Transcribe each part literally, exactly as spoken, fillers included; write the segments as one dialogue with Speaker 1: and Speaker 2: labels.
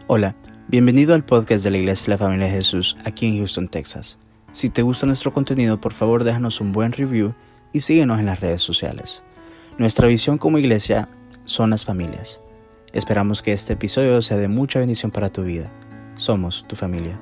Speaker 1: Hola, bienvenido al podcast de la Iglesia de la Familia de Jesús aquí en Houston, Texas. Si te gusta nuestro contenido, por favor déjanos un buen review y síguenos en las redes sociales. Nuestra visión como iglesia son las familias. Esperamos que este episodio sea de mucha bendición para tu vida. Somos tu familia.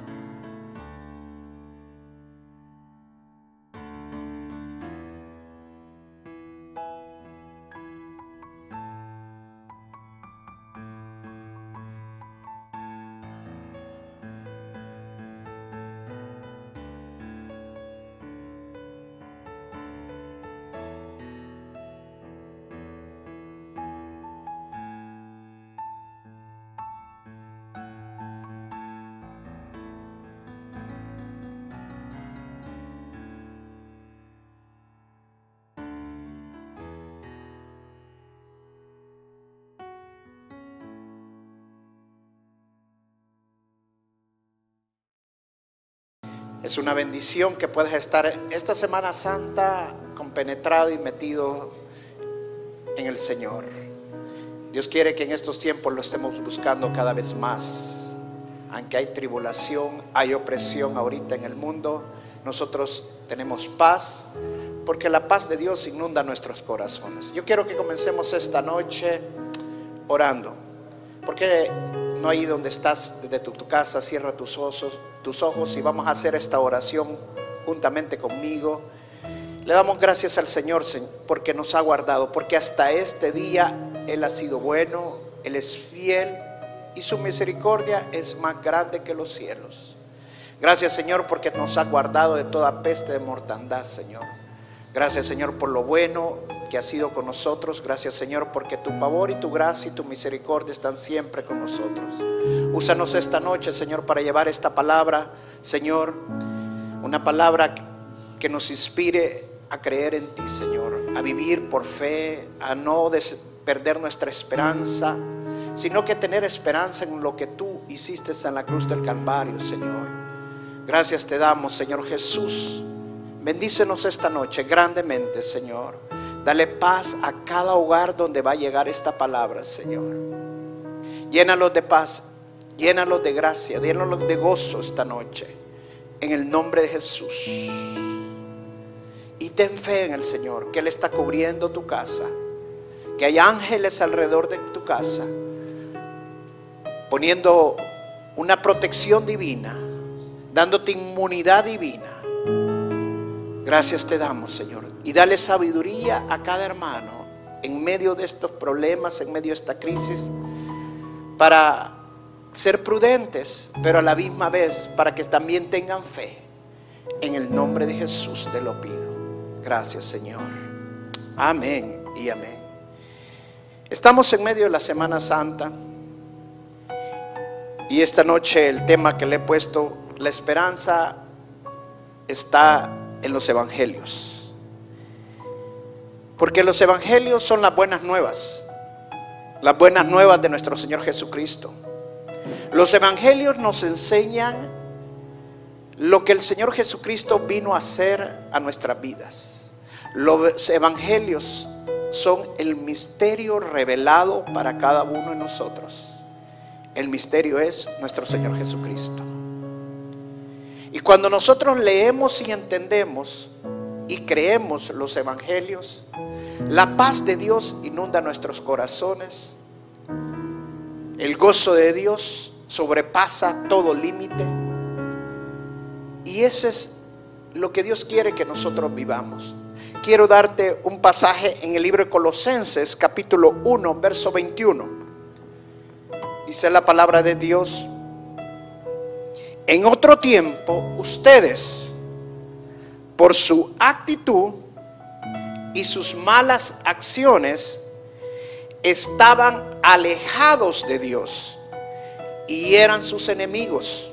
Speaker 2: Es una bendición que puedas estar esta Semana Santa compenetrado y metido en el Señor. Dios quiere que en estos tiempos lo estemos buscando cada vez más. Aunque hay tribulación, hay opresión ahorita en el mundo, nosotros tenemos paz, porque la paz de Dios inunda nuestros corazones. Yo quiero que comencemos esta noche orando, porque no ahí donde estás, desde tu, tu casa, cierra tus ojos, tus ojos y vamos a hacer esta oración juntamente conmigo. Le damos gracias al Señor porque nos ha guardado, porque hasta este día Él ha sido bueno, Él es fiel y su misericordia es más grande que los cielos. Gracias, Señor, porque nos ha guardado de toda peste de mortandad, Señor. Gracias, Señor, por lo bueno que has sido con nosotros. Gracias, Señor, porque tu favor y tu gracia y tu misericordia están siempre con nosotros. Úsanos esta noche, Señor, para llevar esta palabra, Señor, una palabra que nos inspire a creer en ti, Señor, a vivir por fe, a no des- perder nuestra esperanza, sino que tener esperanza en lo que tú hiciste en la cruz del Calvario, Señor. Gracias te damos, Señor Jesús. Bendícenos esta noche grandemente, Señor. Dale paz a cada hogar donde va a llegar esta palabra, Señor. Llénalos de paz, llénalos de gracia, llénalos de gozo esta noche, en el nombre de Jesús. Y ten fe en el Señor, que Él está cubriendo tu casa, que hay ángeles alrededor de tu casa, poniendo una protección divina, dándote inmunidad divina. Gracias te damos, Señor, y dale sabiduría a cada hermano en medio de estos problemas, en medio de esta crisis, para ser prudentes, pero a la misma vez para que también tengan fe. En el nombre de Jesús te lo pido. Gracias, Señor. Amén y amén. Estamos en medio de la Semana Santa y esta noche el tema que le he puesto, la esperanza está en los evangelios, porque los evangelios son las buenas nuevas, las buenas nuevas de nuestro Señor Jesucristo. Los evangelios nos enseñan lo que el Señor Jesucristo vino a hacer a nuestras vidas. Los evangelios son el misterio revelado para cada uno de nosotros. El misterio es nuestro Señor Jesucristo. Y cuando nosotros leemos y entendemos y creemos los evangelios, la paz de Dios inunda nuestros corazones. El gozo de Dios sobrepasa todo límite. Y eso es lo que Dios quiere que nosotros vivamos. Quiero darte un pasaje en el libro de Colosenses, capítulo uno, verso veintiuno. Dice la palabra de Dios: en otro tiempo ustedes, por su actitud y sus malas acciones, estaban alejados de Dios y eran sus enemigos.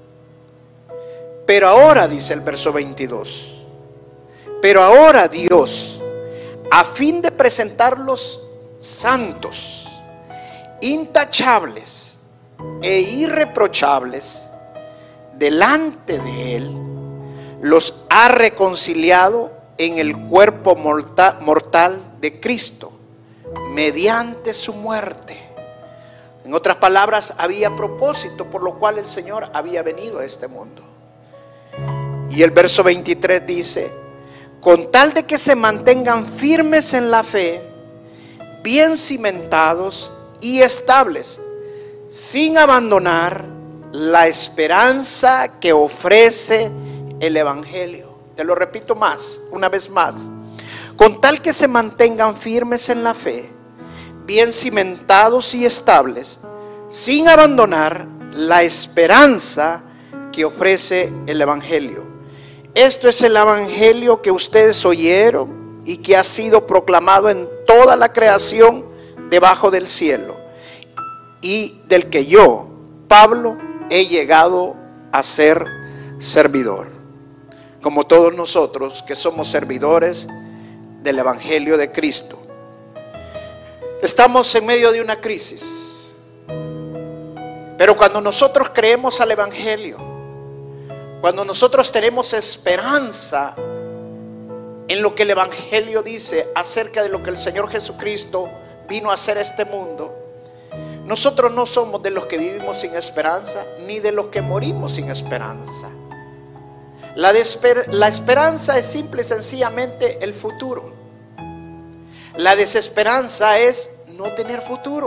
Speaker 2: Pero ahora, dice el verso veintidós, pero ahora Dios, a fin de presentarlos santos, intachables e irreprochables delante de Él, los ha reconciliado en el cuerpo mortal de Cristo mediante su muerte, En otras palabras, había propósito por lo cual el Señor había venido a este mundo. Y el verso veintitrés dice: con tal de que se mantengan firmes en la fe, bien cimentados y estables, sin abandonar la esperanza que ofrece el Evangelio. Te lo repito más, una vez más. Con tal que se mantengan firmes en la fe, bien cimentados y estables, sin abandonar la esperanza que ofrece el Evangelio. Esto es el Evangelio que ustedes oyeron y que ha sido proclamado en toda la creación debajo del cielo, y del que yo, Pablo, he llegado a ser servidor, como todos nosotros que somos servidores del Evangelio de Cristo. Estamos en medio de una crisis, pero cuando nosotros creemos al Evangelio, cuando nosotros tenemos esperanza en lo que el Evangelio dice acerca de lo que el Señor Jesucristo vino a hacer a este mundo, nosotros no somos de los que vivimos sin esperanza, ni de los que morimos sin esperanza. La, desesper- la esperanza es simple y sencillamente el futuro. La desesperanza es no tener futuro.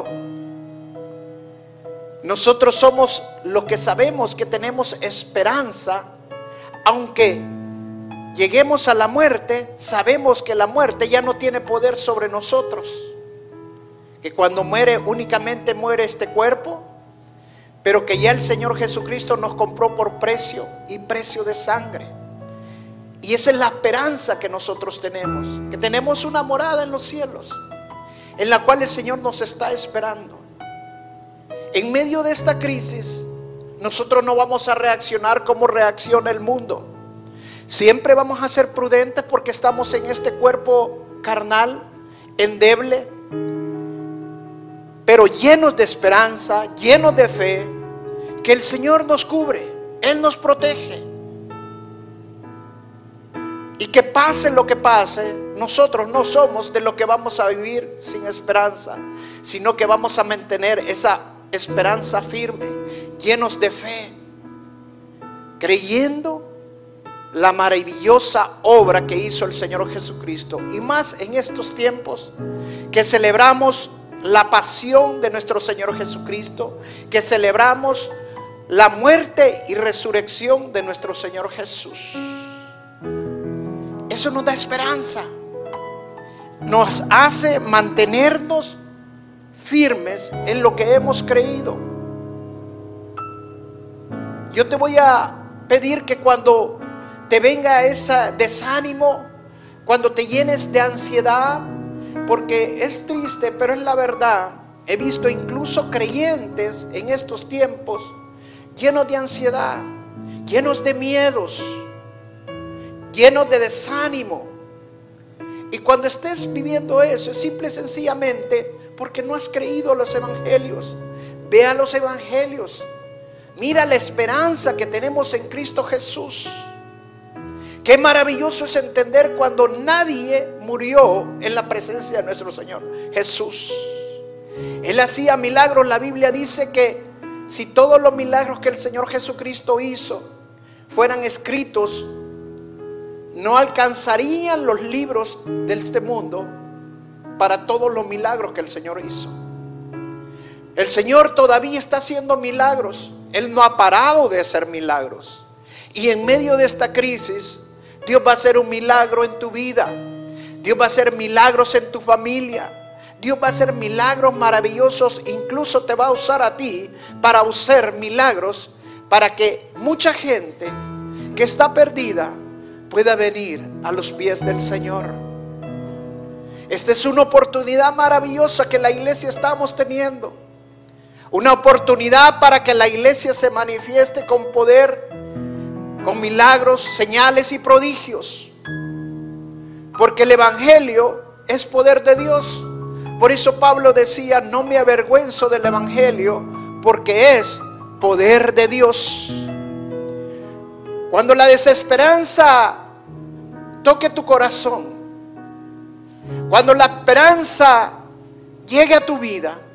Speaker 2: Nosotros somos los que sabemos que tenemos esperanza, aunque lleguemos a la muerte, sabemos que la muerte ya no tiene poder sobre nosotros. Que cuando muere únicamente muere este cuerpo, pero que ya el Señor Jesucristo nos compró por precio y precio de sangre. Y esa es la esperanza que nosotros tenemos, que tenemos una morada en los cielos, en la cual el Señor nos está esperando. En medio de esta crisis, nosotros no vamos a reaccionar como reacciona el mundo. Siempre vamos a ser prudentes porque estamos en este cuerpo carnal, endeble, pero llenos de esperanza, llenos de fe, que el Señor nos cubre, Él nos protege. Y que pase lo que pase, nosotros no somos de lo que vamos a vivir sin esperanza, sino que vamos a mantener esa esperanza firme, llenos de fe, creyendo la maravillosa obra que hizo el Señor Jesucristo. Y más en estos tiempos que celebramos la pasión de nuestro Señor Jesucristo, que celebramos la muerte y resurrección de nuestro Señor Jesús. Eso nos da esperanza, nos hace mantenernos firmes en lo que hemos creído. Yo te voy a pedir que cuando te venga ese desánimo, cuando te llenes de ansiedad, porque es triste, pero es la verdad. He visto incluso creyentes en estos tiempos llenos de ansiedad, llenos de miedos, llenos de desánimo. Y cuando estés viviendo eso, es simple y sencillamente porque no has creído los evangelios. Ve a los evangelios, mira la esperanza que tenemos en Cristo Jesús. Qué maravilloso es entender cuando nadie murió en la presencia de nuestro Señor Jesús. Él hacía milagros. La Biblia dice que si todos los milagros que el Señor Jesucristo hizo fueran escritos, no alcanzarían los libros de este mundo para todos los milagros que el Señor hizo. El Señor todavía está haciendo milagros. Él no ha parado de hacer milagros. Y en medio de esta crisis, Dios va a hacer un milagro en tu vida. Dios va a hacer milagros en tu familia. Dios va a hacer milagros maravillosos. Incluso te va a usar a ti para hacer milagros, para que mucha gente que está perdida pueda venir a los pies del Señor. Esta es una oportunidad maravillosa que la iglesia estamos teniendo. Una oportunidad para que la iglesia se manifieste con poder, con milagros, señales y prodigios. Porque el evangelio es poder de Dios. Por eso Pablo decía: no me avergüenzo del evangelio, porque es poder de Dios. Cuando la desesperanza toque tu corazón, cuando la esperanza llegue a tu vida,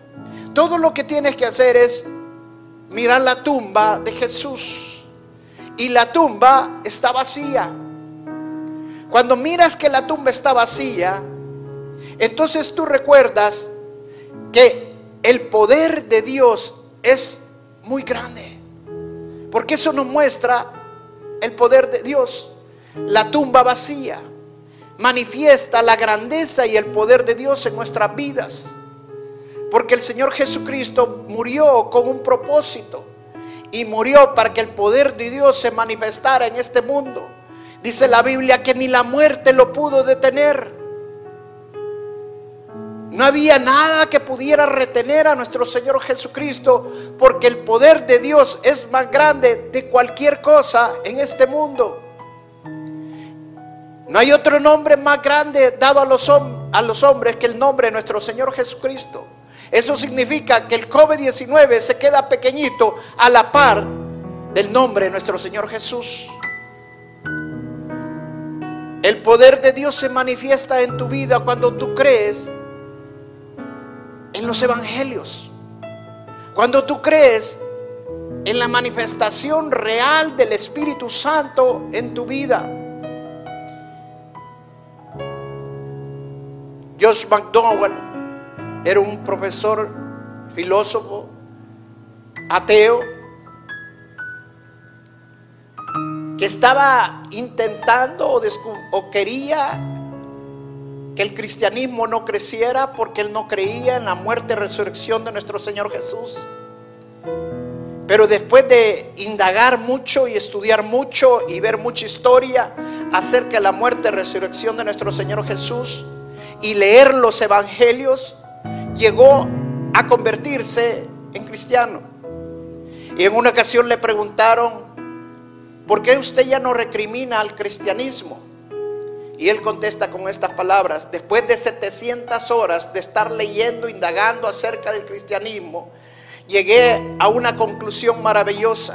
Speaker 2: Todo lo que tienes que hacer es mirar la tumba de Jesús. Y la tumba está vacía. Cuando miras que la tumba está vacía, entonces tú recuerdas que el poder de Dios es muy grande. Porque eso nos muestra el poder de Dios. La tumba vacía manifiesta la grandeza y el poder de Dios en nuestras vidas. Porque el Señor Jesucristo murió con un propósito. Y murió para que el poder de Dios se manifestara en este mundo. Dice la Biblia que ni la muerte lo pudo detener. No había nada que pudiera retener a nuestro Señor Jesucristo, porque el poder de Dios es más grande de cualquier cosa en este mundo. No hay otro nombre más grande dado a los, a los hombres que el nombre de nuestro Señor Jesucristo. Eso significa que el COVID diecinueve se queda pequeñito a la par del nombre de nuestro Señor Jesús. El poder de Dios se manifiesta en tu vida cuando tú crees en los evangelios. Cuando tú crees en la manifestación real del Espíritu Santo en tu vida. Josh McDowell era un profesor, filósofo, ateo, que estaba intentando o, o quería que el cristianismo no creciera porque él no creía en la muerte y resurrección de nuestro Señor Jesús. Pero después de indagar mucho y estudiar mucho y ver mucha historia acerca de la muerte y resurrección de nuestro Señor Jesús y leer los evangelios, llegó a convertirse en cristiano. Y en una ocasión le preguntaron: ¿por qué usted ya no recrimina al cristianismo? Y él contesta con estas palabras: después de setecientas horas de estar leyendo, indagando acerca del cristianismo, llegué a una conclusión maravillosa.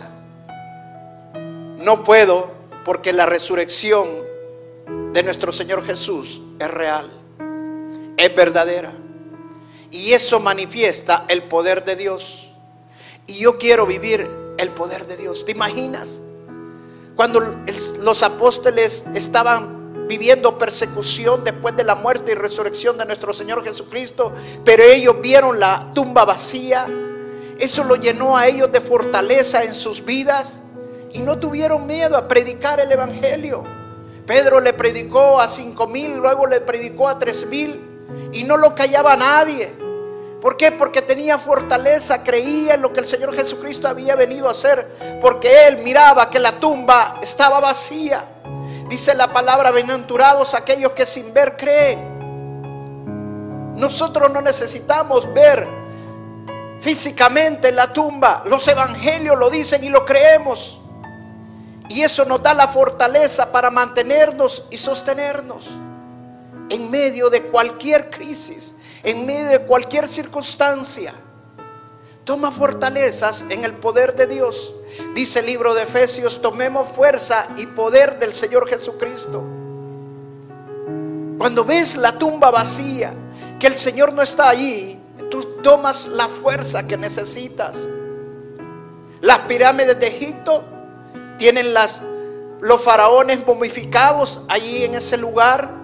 Speaker 2: No puedo, porque la resurrección de nuestro Señor Jesús es real, es verdadera. Y eso manifiesta el poder de Dios. Y yo quiero vivir el poder de Dios. ¿Te imaginas? Cuando los apóstoles estaban viviendo persecución después de la muerte y resurrección de nuestro Señor Jesucristo, pero ellos vieron la tumba vacía, eso lo llenó a ellos de fortaleza en sus vidas y no tuvieron miedo a predicar el evangelio. Pedro le predicó a cinco mil, luego le predicó a tres mil y no lo callaba nadie. ¿Por qué? Porque tenía fortaleza, creía en lo que el Señor Jesucristo había venido a hacer, porque él miraba que la tumba estaba vacía. Dice la palabra: bienaventurados aquellos que sin ver creen. Nosotros no necesitamos ver físicamente la tumba, los evangelios lo dicen y lo creemos. Y eso nos da la fortaleza para mantenernos y sostenernos en medio de cualquier crisis, en medio de cualquier circunstancia. Toma fortalezas en el poder de Dios. Dice el libro de Efesios: tomemos fuerza y poder del Señor Jesucristo. Cuando ves la tumba vacía, que el Señor no está allí, tú tomas la fuerza que necesitas. Las pirámides de Egipto tienen las, los faraones momificados allí en ese lugar.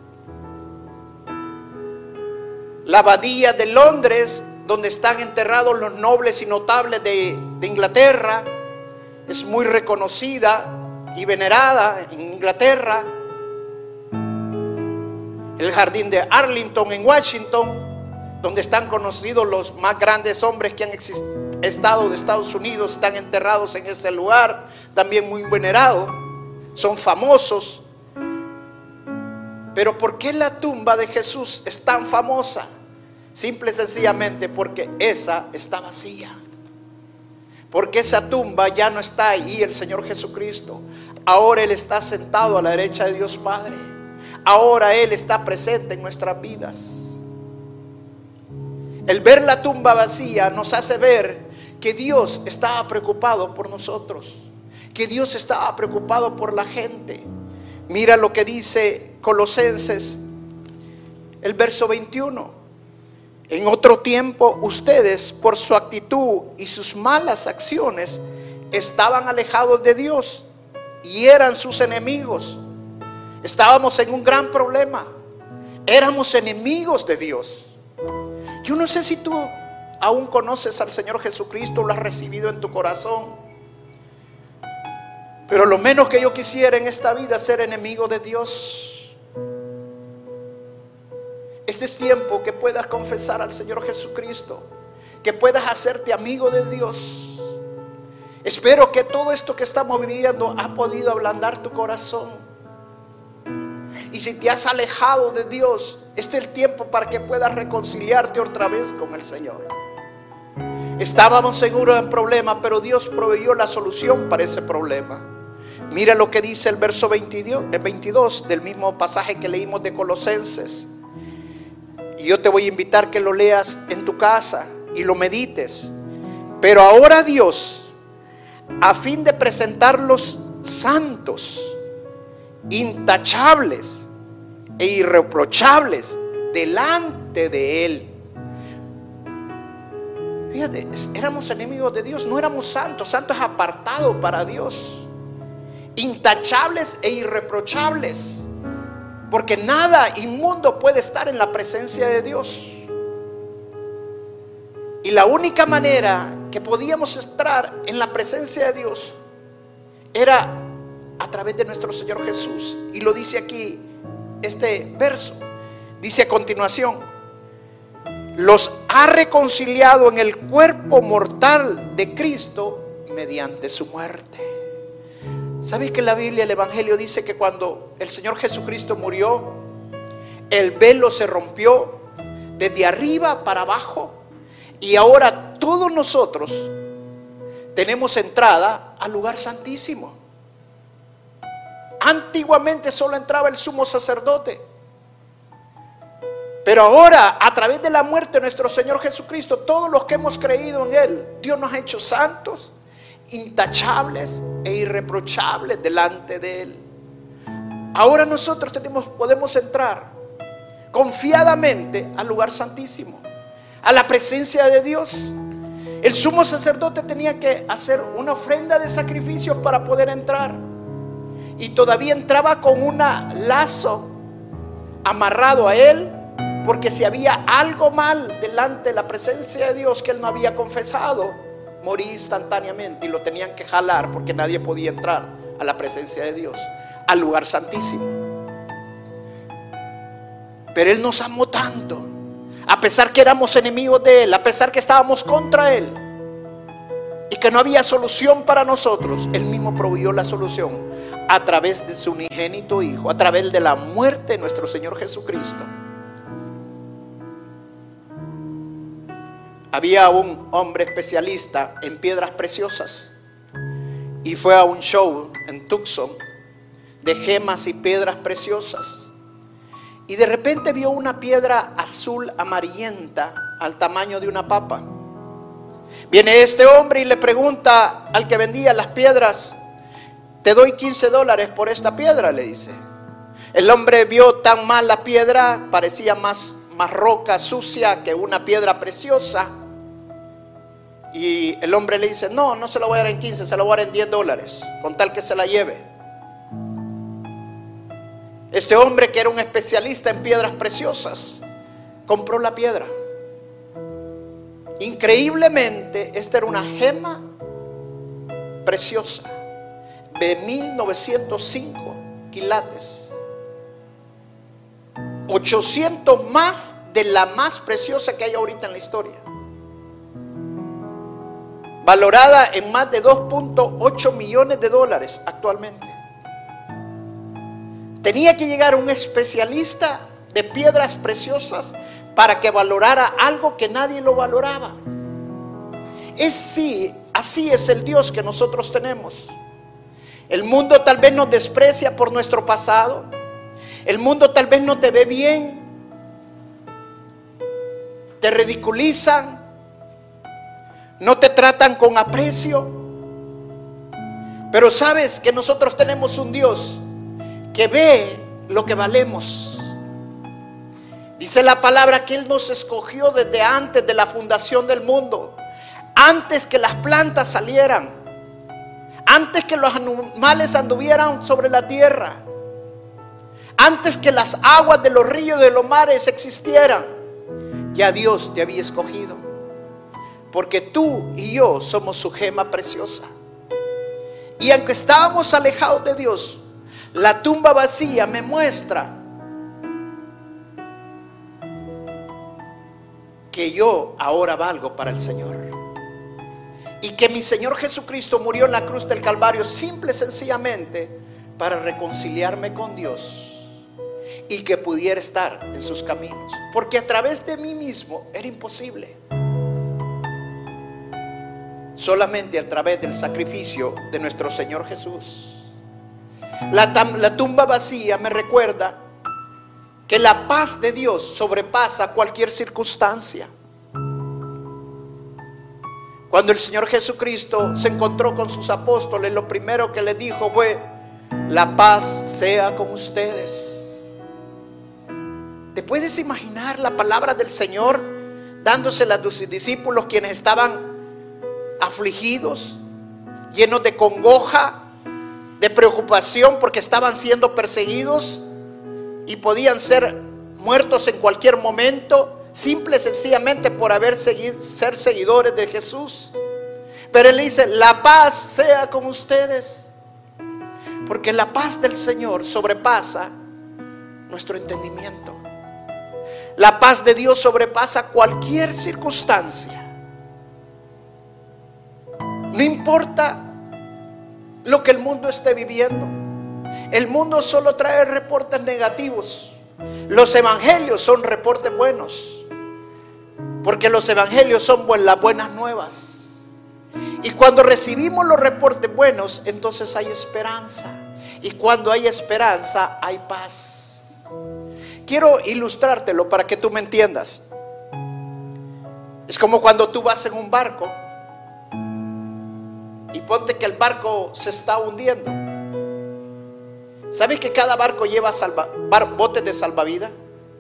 Speaker 2: La abadía de Londres, donde están enterrados los nobles y notables de, de Inglaterra, es muy reconocida y venerada en Inglaterra. El jardín de Arlington en Washington, donde están conocidos los más grandes hombres que han estado de Estados Unidos, están enterrados en ese lugar, también muy venerado, son famosos. Pero ¿por qué la tumba de Jesús es tan famosa? Simple y sencillamente porque esa está vacía. Porque esa tumba ya no está ahí el Señor Jesucristo. Ahora Él está sentado a la derecha de Dios Padre. Ahora Él está presente en nuestras vidas. El ver la tumba vacía nos hace ver que Dios estaba preocupado por nosotros, que Dios estaba preocupado por la gente. Mira lo que dice Colosenses, el verso veintiuno. En otro tiempo, ustedes, por su actitud y sus malas acciones, estaban alejados de Dios y eran sus enemigos. Estábamos en un gran problema. Éramos enemigos de Dios. Yo no sé si tú aún conoces al Señor Jesucristo, lo has recibido en tu corazón, pero lo menos que yo quisiera en esta vida es ser enemigo de Dios. Este es tiempo que puedas confesar al Señor Jesucristo, que puedas hacerte amigo de Dios. Espero que todo esto que estamos viviendo ha podido ablandar tu corazón. Y si te has alejado de Dios, este es el tiempo para que puedas reconciliarte otra vez con el Señor. Estábamos seguros en problema, pero Dios proveyó la solución para ese problema. Mira lo que dice el verso veintidós del mismo pasaje que leímos de Colosenses. Y yo te voy a invitar que lo leas en tu casa y lo medites. Pero ahora Dios, a fin de presentarlos santos, intachables e irreprochables delante de Él. Fíjate, éramos enemigos de Dios, no éramos santos. Santo es apartado para Dios. Intachables e irreprochables, porque nada inmundo puede estar en la presencia de Dios. Y la única manera que podíamos estar en la presencia de Dios era a través de nuestro Señor Jesús. Y lo dice aquí este verso. Dice a continuación: los ha reconciliado en el cuerpo mortal de Cristo mediante su muerte. ¿Sabes que la Biblia, el Evangelio dice que cuando el Señor Jesucristo murió, el velo se rompió desde arriba para abajo, y ahora todos nosotros tenemos entrada al lugar santísimo? Antiguamente solo entraba el sumo sacerdote, pero ahora, a través de la muerte de nuestro Señor Jesucristo, todos los que hemos creído en Él, Dios nos ha hecho santos, intachables e irreprochables delante de Él. Ahora nosotros tenemos, podemos entrar confiadamente al lugar santísimo, a la presencia de Dios. El sumo sacerdote tenía que hacer una ofrenda de sacrificio para poder entrar, y todavía entraba con un lazo amarrado a él, porque si había algo mal delante de la presencia de Dios que él no había confesado, moría instantáneamente, y lo tenían que jalar, porque nadie podía entrar a la presencia de Dios, al lugar santísimo. Pero Él nos amó tanto, a pesar que éramos enemigos de Él, a pesar que estábamos contra Él y que no había solución para nosotros, Él mismo proveyó la solución a través de su unigénito Hijo, a través de la muerte de nuestro Señor Jesucristo. Había un hombre especialista en piedras preciosas y fue a un show en Tucson de gemas y piedras preciosas, y de repente vio una piedra azul amarillenta al tamaño de una papa. Viene este hombre y le pregunta al que vendía las piedras: te doy quince dólares por esta piedra, le dice. El hombre vio tan mal la piedra, parecía más, más roca sucia que una piedra preciosa. Y el hombre le dice: no, no se la voy a dar en quince, se la voy a dar en diez dólares, con tal que se la lleve. Este hombre, que era un especialista en piedras preciosas, compró la piedra. Increíblemente, esta era una gema preciosa de mil novecientos cinco quilates, ochocientos más de la más preciosa que hay ahorita en la historia, valorada en más de dos punto ocho millones de dólares actualmente. Tenía que llegar un especialista de piedras preciosas para que valorara algo que nadie lo valoraba. Es sí, así es el Dios que nosotros tenemos. El mundo tal vez nos desprecia por nuestro pasado. El mundo tal vez no te ve bien, te ridiculizan, no te tratan con aprecio. Pero sabes que nosotros tenemos un Dios que ve lo que valemos, Dice la palabra que Él nos escogió desde antes de la fundación del mundo, antes que las plantas salieran, antes que los animales anduvieran sobre la tierra, antes que las aguas de los ríos y de los mares existieran. Ya Dios te había escogido, porque tú y yo somos su gema preciosa. Y aunque estábamos alejados de Dios, la tumba vacía me muestra que yo ahora valgo para el Señor, y que mi Señor Jesucristo murió en la cruz del Calvario simple y sencillamente para reconciliarme con Dios, y que pudiera estar en sus caminos, porque a través de mí mismo era imposible. Solamente a través del sacrificio de nuestro Señor Jesús. La, la tumba vacía me recuerda que la paz de Dios sobrepasa cualquier circunstancia. Cuando el Señor Jesucristo se encontró con sus apóstoles, lo primero que les dijo fue: la paz sea con ustedes. ¿Te puedes imaginar la palabra del Señor dándosela a sus discípulos, quienes estaban afligidos, llenos de congoja, de preocupación, porque estaban siendo perseguidos y podían ser muertos en cualquier momento, simple y sencillamente por haber seguido, ser seguidores de Jesús? Pero Él dice: la paz sea con ustedes, porque la paz del Señor sobrepasa nuestro entendimiento. La paz de Dios sobrepasa cualquier circunstancia. No importa lo que el mundo esté viviendo. El mundo solo trae reportes negativos. Los evangelios son reportes buenos, porque los evangelios son las buenas nuevas. Y cuando recibimos los reportes buenos, entonces hay esperanza. Y cuando hay esperanza, hay paz. Quiero ilustrártelo para que tú me entiendas. Es como cuando tú vas en un barco y ponte que el barco se está hundiendo. ¿Sabes que cada barco lleva salva, bar, botes de salvavidas?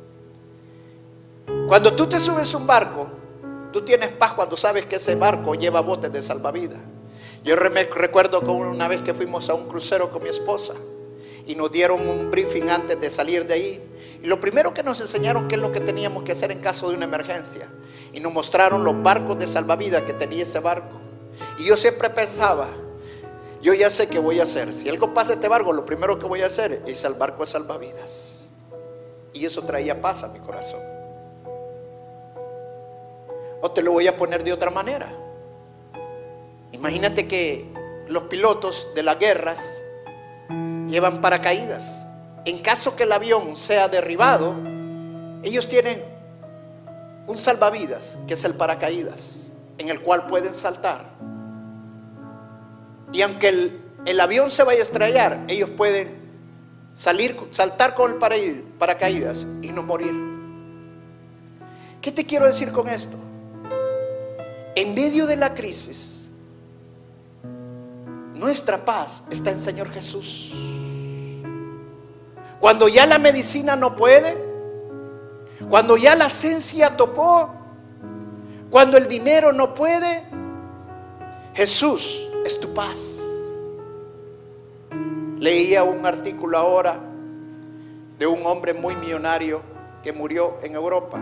Speaker 2: Cuando tú te subes a un barco, tú tienes paz cuando sabes que ese barco lleva botes de salvavidas. Yo me recuerdo que una vez que fuimos a un crucero con mi esposa y nos dieron un briefing antes de salir de ahí, y lo primero que nos enseñaron qué es lo que teníamos que hacer en caso de una emergencia, y nos mostraron los barcos de salvavidas que tenía ese barco. Y yo siempre pensaba: yo ya sé qué voy a hacer. Si algo pasa a este barco, lo primero que voy a hacer es al barco de salvavidas. Y eso traía paz a mi corazón. O te lo voy a poner de otra manera. Imagínate que los pilotos de las guerras llevan paracaídas. En caso que el avión sea derribado, ellos tienen un salvavidas, que es el paracaídas, en el cual pueden saltar. Y aunque el, el avión se vaya a estrellar, ellos pueden salir, saltar con el paracaídas y no morir. ¿Qué te quiero decir con esto? En medio de la crisis, nuestra paz está en el Señor Jesús. Cuando ya la medicina no puede, cuando ya la ciencia topó, cuando el dinero no puede, Jesús es tu paz. Leía un artículo ahora de un hombre muy millonario que murió en Europa,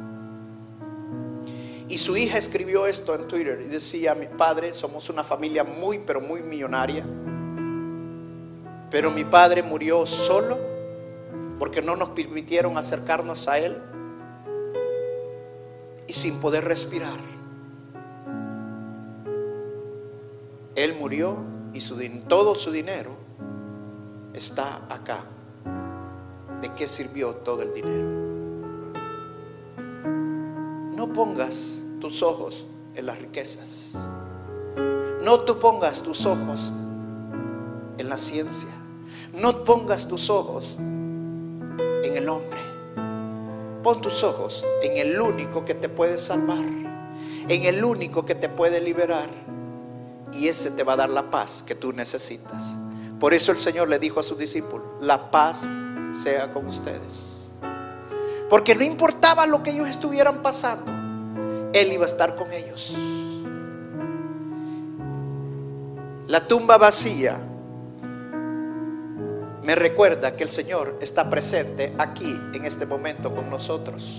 Speaker 2: y su hija escribió esto en Twitter y decía: mi padre, somos una familia muy pero muy millonaria, pero mi padre murió solo porque no nos permitieron acercarnos a él y sin poder respirar. Él murió y su, todo su dinero está acá. ¿De qué sirvió todo el dinero? No pongas tus ojos en las riquezas. No tú pongas tus ojos en la ciencia. No pongas tus ojos en el hombre. Pon tus ojos en el único que te puede salvar, en el único que te puede liberar, y ese te va a dar la paz que tú necesitas. Por eso el Señor le dijo a sus discípulos: la paz sea con ustedes. Porque no importaba lo que ellos estuvieran pasando, Él iba a estar con ellos. La tumba vacía me recuerda que el Señor está presente aquí en este momento con nosotros.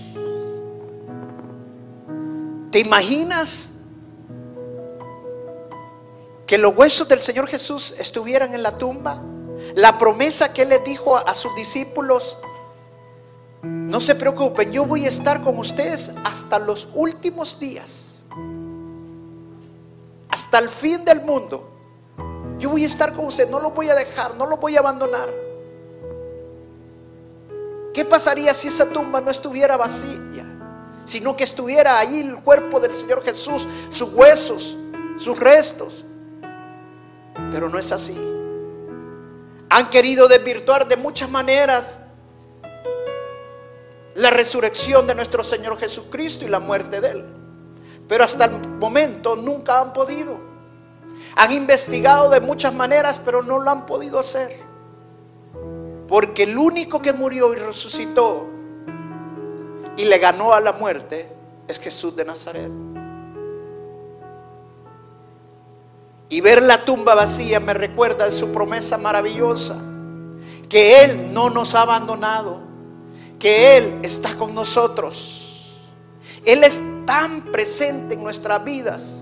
Speaker 2: ¿Te imaginas que los huesos del Señor Jesús estuvieran en la tumba? La promesa que Él les dijo a sus discípulos: no se preocupen, yo voy a estar con ustedes hasta los últimos días, hasta el fin del mundo. Yo voy a estar con ustedes, no los voy a dejar, no los voy a abandonar. ¿Qué pasaría si esa tumba no estuviera vacía, sino que estuviera ahí el cuerpo del Señor Jesús, sus huesos, sus restos? Pero no es así. Han querido desvirtuar de muchas maneras la resurrección de nuestro Señor Jesucristo y la muerte de Él, pero hasta el momento nunca han podido. Han investigado de muchas maneras, pero no lo han podido hacer, porque el único que murió y resucitó y le ganó a la muerte es Jesús de Nazaret. Y ver la tumba vacía me recuerda de su promesa maravillosa, que Él no nos ha abandonado, que Él está con nosotros. Él es tan presente en nuestras vidas,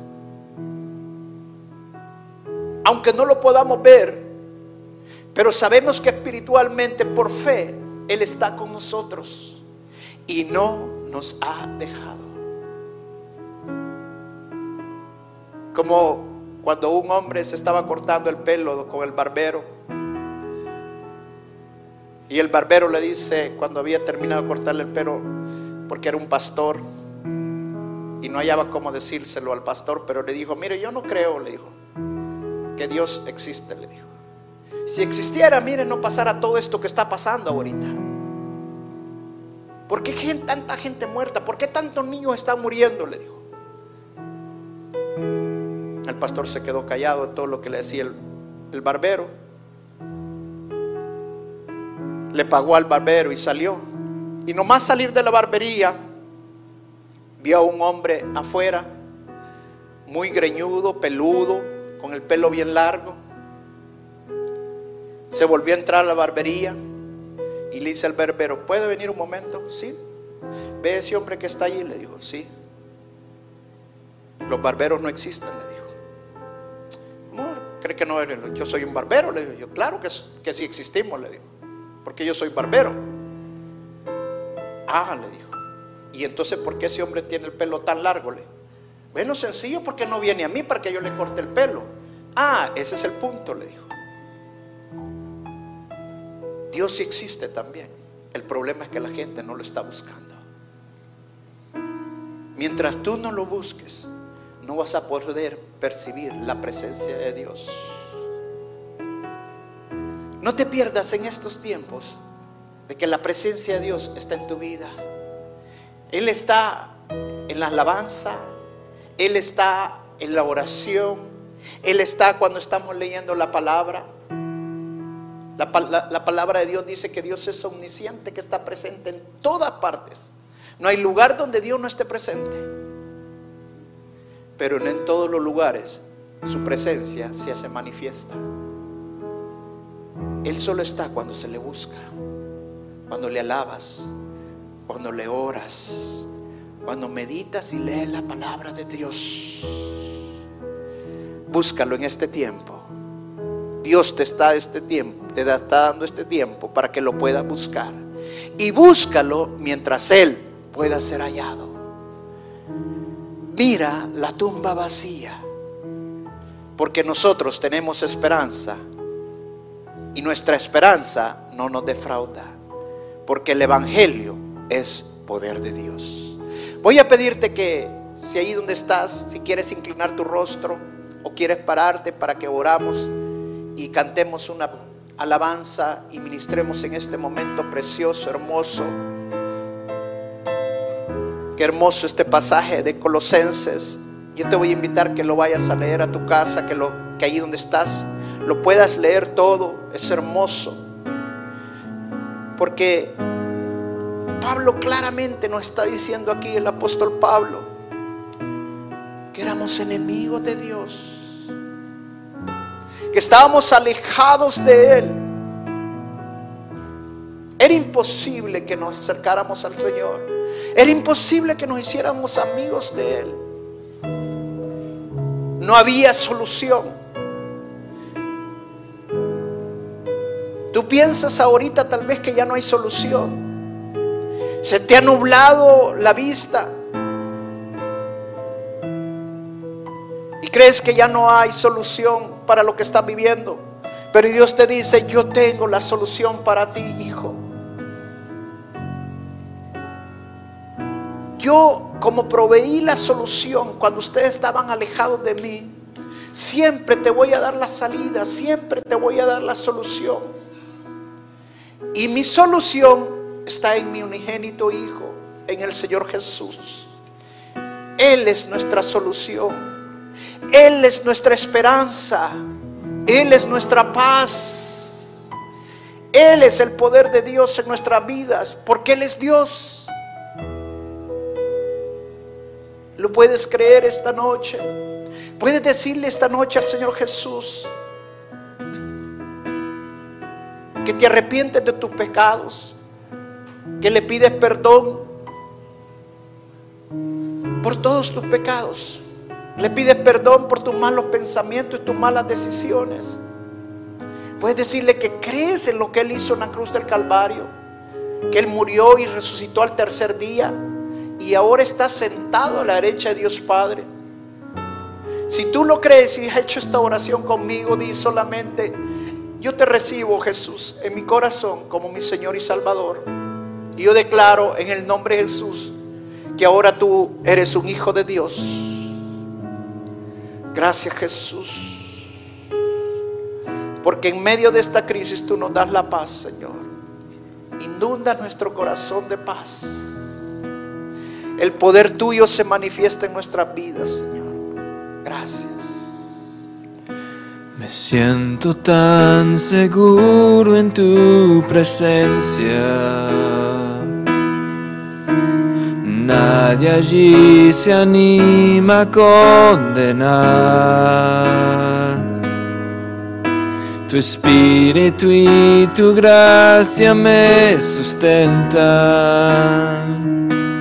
Speaker 2: aunque no lo podamos ver, pero sabemos que espiritualmente, por fe, Él está con nosotros y no nos ha dejado. Como cuando un hombre se estaba cortando el pelo con el barbero, y el barbero le dice, cuando había terminado de cortarle el pelo, porque era un pastor y no hallaba cómo decírselo al pastor, pero le dijo: mire, yo no creo, le dijo, que Dios existe, le dijo. Si existiera, mire, no pasara todo esto que está pasando ahorita. ¿Por qué tanta gente muerta? ¿Por qué tantos niños están muriendo?, le dijo. El pastor se quedó callado de todo lo que le decía el, el barbero. Le pagó al barbero y salió. Y nomás salir de la barbería, vio a un hombre afuera, muy greñudo, peludo, con el pelo bien largo. Se volvió a entrar a la barbería y le dice al barbero: ¿puede venir un momento? Sí. ¿Ve ese hombre que está allí? Le dijo: sí. Los barberos no existen, le dijo. ¿Cómo cree que no? Yo soy un barbero, le digo. Yo, claro que, que sí existimos, le digo, porque yo soy barbero. Ah, le dijo. ¿Y entonces por qué ese hombre tiene el pelo tan largo? Le dijo: bueno, sencillo, porque no viene a mí para que yo le corte el pelo. Ah, ese es el punto, le dijo. Dios sí existe también. El problema es que la gente no lo está buscando. Mientras tú no lo busques, no vas a poder percibir la presencia de Dios. No te pierdas en estos tiempos de que la presencia de Dios está en tu vida. Él está en la alabanza, Él está en la oración, Él está cuando estamos leyendo la palabra. La, la, la palabra de Dios dice que Dios es omnisciente, que está presente en todas partes. No hay lugar donde Dios no esté presente, pero no en todos los lugares su presencia se hace manifiesta. Él solo está cuando se le busca, cuando le alabas, cuando le oras, cuando meditas y lees la palabra de Dios. Búscalo en este tiempo. Dios te está, este tiempo, te está dando este tiempo para que lo puedas buscar. Y búscalo mientras Él pueda ser hallado. Mira la tumba vacía, porque nosotros tenemos esperanza, y nuestra esperanza no nos defrauda, porque el evangelio es poder de Dios. Voy a pedirte que, si ahí donde estás, si quieres inclinar tu rostro o quieres pararte para que oramos y cantemos una alabanza y ministremos en este momento precioso, hermoso. Qué hermoso este pasaje de Colosenses. Yo te voy a invitar que lo vayas a leer a tu casa, que, lo, que ahí donde estás lo puedas leer todo. Es hermoso, porque Pablo claramente nos está diciendo aquí, el apóstol Pablo, que éramos enemigos de Dios, que estábamos alejados de Él. Era imposible que nos acercáramos al Señor. Era imposible que nos hiciéramos amigos de Él. No había solución. Tú piensas ahorita tal vez que ya no hay solución. Se te ha nublado la vista y crees que ya no hay solución para lo que estás viviendo. Pero Dios te dice: yo tengo la solución para ti, hijo. Yo, como proveí la solución cuando ustedes estaban alejados de mí, siempre te voy a dar la salida, siempre te voy a dar la solución. Y mi solución está en mi unigénito Hijo, en el Señor Jesús. Él es nuestra solución. Él es nuestra esperanza. Él es nuestra paz. Él es el poder de Dios en nuestras vidas, porque Él es Dios. ¿Lo puedes creer esta noche? ¿Puedes decirle esta noche al Señor Jesús que te arrepientes de tus pecados, que le pides perdón por todos tus pecados, le pides perdón por tus malos pensamientos y tus malas decisiones? Puedes decirle que crees en lo que Él hizo en la cruz del Calvario, que Él murió y resucitó al tercer día y ahora está sentado a la derecha de Dios Padre. Si tú lo crees y has hecho esta oración conmigo, di solamente: yo te recibo, Jesús, en mi corazón como mi Señor y Salvador. Y yo declaro en el nombre de Jesús que ahora tú eres un hijo de Dios. Gracias, Jesús, porque en medio de esta crisis tú nos das la paz, Señor. Inunda nuestro corazón de paz. El poder tuyo se manifiesta en nuestras vidas, Señor. Gracias.
Speaker 3: Me siento tan seguro en tu presencia. Nadie allí se anima a condenar. Tu espíritu y tu gracia me sustentan.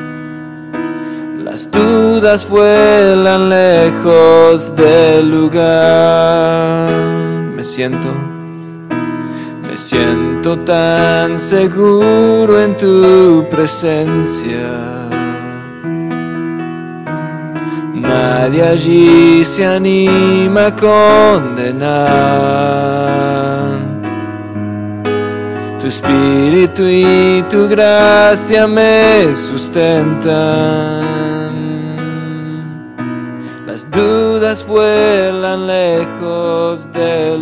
Speaker 3: Las dudas vuelan lejos del lugar. Me siento, me siento tan seguro en tu presencia. Nadie allí se anima a condenar. Tu espíritu y tu gracia me sustentan. Las dudas vuelan lejos del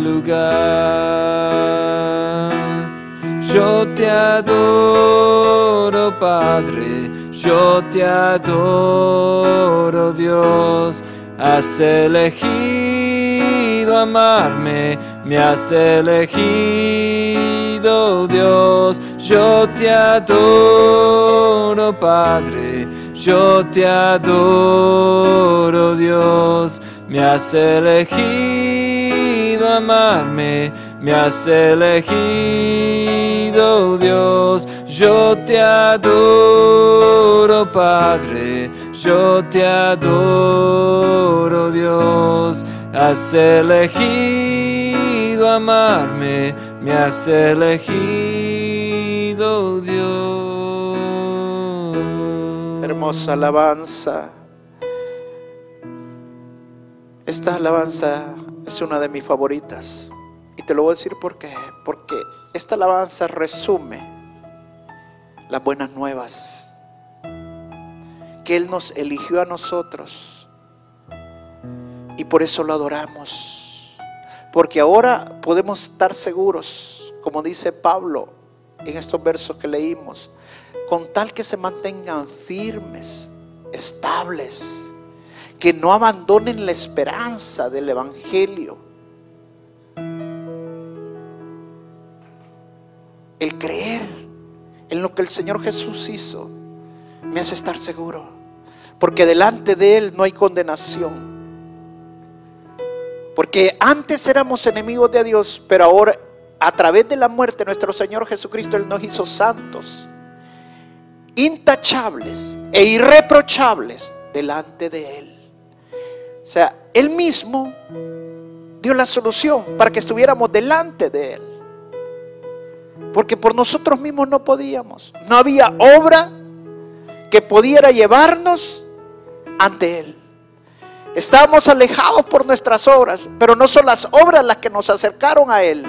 Speaker 3: lugar. Yo te adoro, Padre, yo te adoro, Dios. Has elegido amarme, me has elegido, Dios. Yo te adoro, Padre, yo te adoro, Dios. Me has elegido amarme, me has elegido, Dios. Yo te adoro, Padre, yo te adoro, Dios. Has elegido amarme, me has elegido, Dios.
Speaker 2: Hermosa alabanza. Esta alabanza es una de mis favoritas. Y te lo voy a decir por qué. Porque esta alabanza resume las buenas nuevas, que Él nos eligió a nosotros y por eso lo adoramos, porque ahora podemos estar seguros, como dice Pablo en estos versos que leímos, con tal que se mantengan firmes, estables, que no abandonen la esperanza del Evangelio. El creer en lo que el Señor Jesús hizo me hace estar seguro, porque delante de Él no hay condenación. Porque antes éramos enemigos de Dios, pero ahora a través de la muerte de nuestro Señor Jesucristo, Él nos hizo santos, intachables e irreprochables delante de Él. O sea, Él mismo dio la solución para que estuviéramos delante de Él, porque por nosotros mismos no podíamos. No había obra que pudiera llevarnos ante Él. Estábamos alejados por nuestras obras, pero no son las obras las que nos acercaron a Él,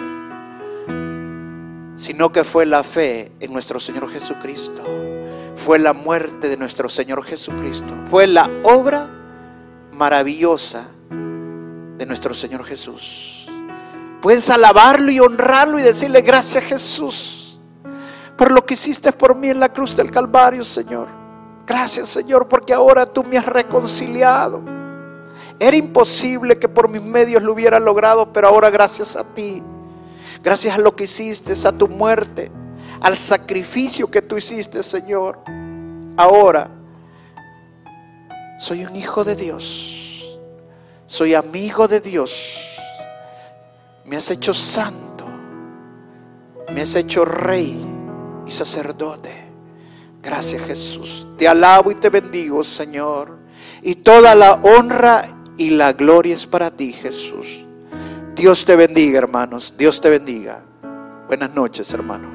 Speaker 2: sino que fue la fe en nuestro Señor Jesucristo. Fue la muerte de nuestro Señor Jesucristo. Fue la obra maravillosa de nuestro Señor Jesús. Puedes alabarlo y honrarlo y decirle: gracias, Jesús, por lo que hiciste por mí en la cruz del Calvario, Señor. Gracias, Señor, porque ahora tú me has reconciliado. Era imposible que por mis medios lo hubiera logrado, pero ahora gracias a ti, gracias a lo que hiciste, a tu muerte, al sacrificio que tú hiciste, Señor, ahora soy un hijo de Dios, soy amigo de Dios. Me has hecho santo, me has hecho rey y sacerdote. Gracias, Jesús. Te alabo y te bendigo, Señor, y toda la honra y la gloria es para ti, Jesús. Dios te bendiga, hermanos. Dios te bendiga. Buenas noches, hermanos.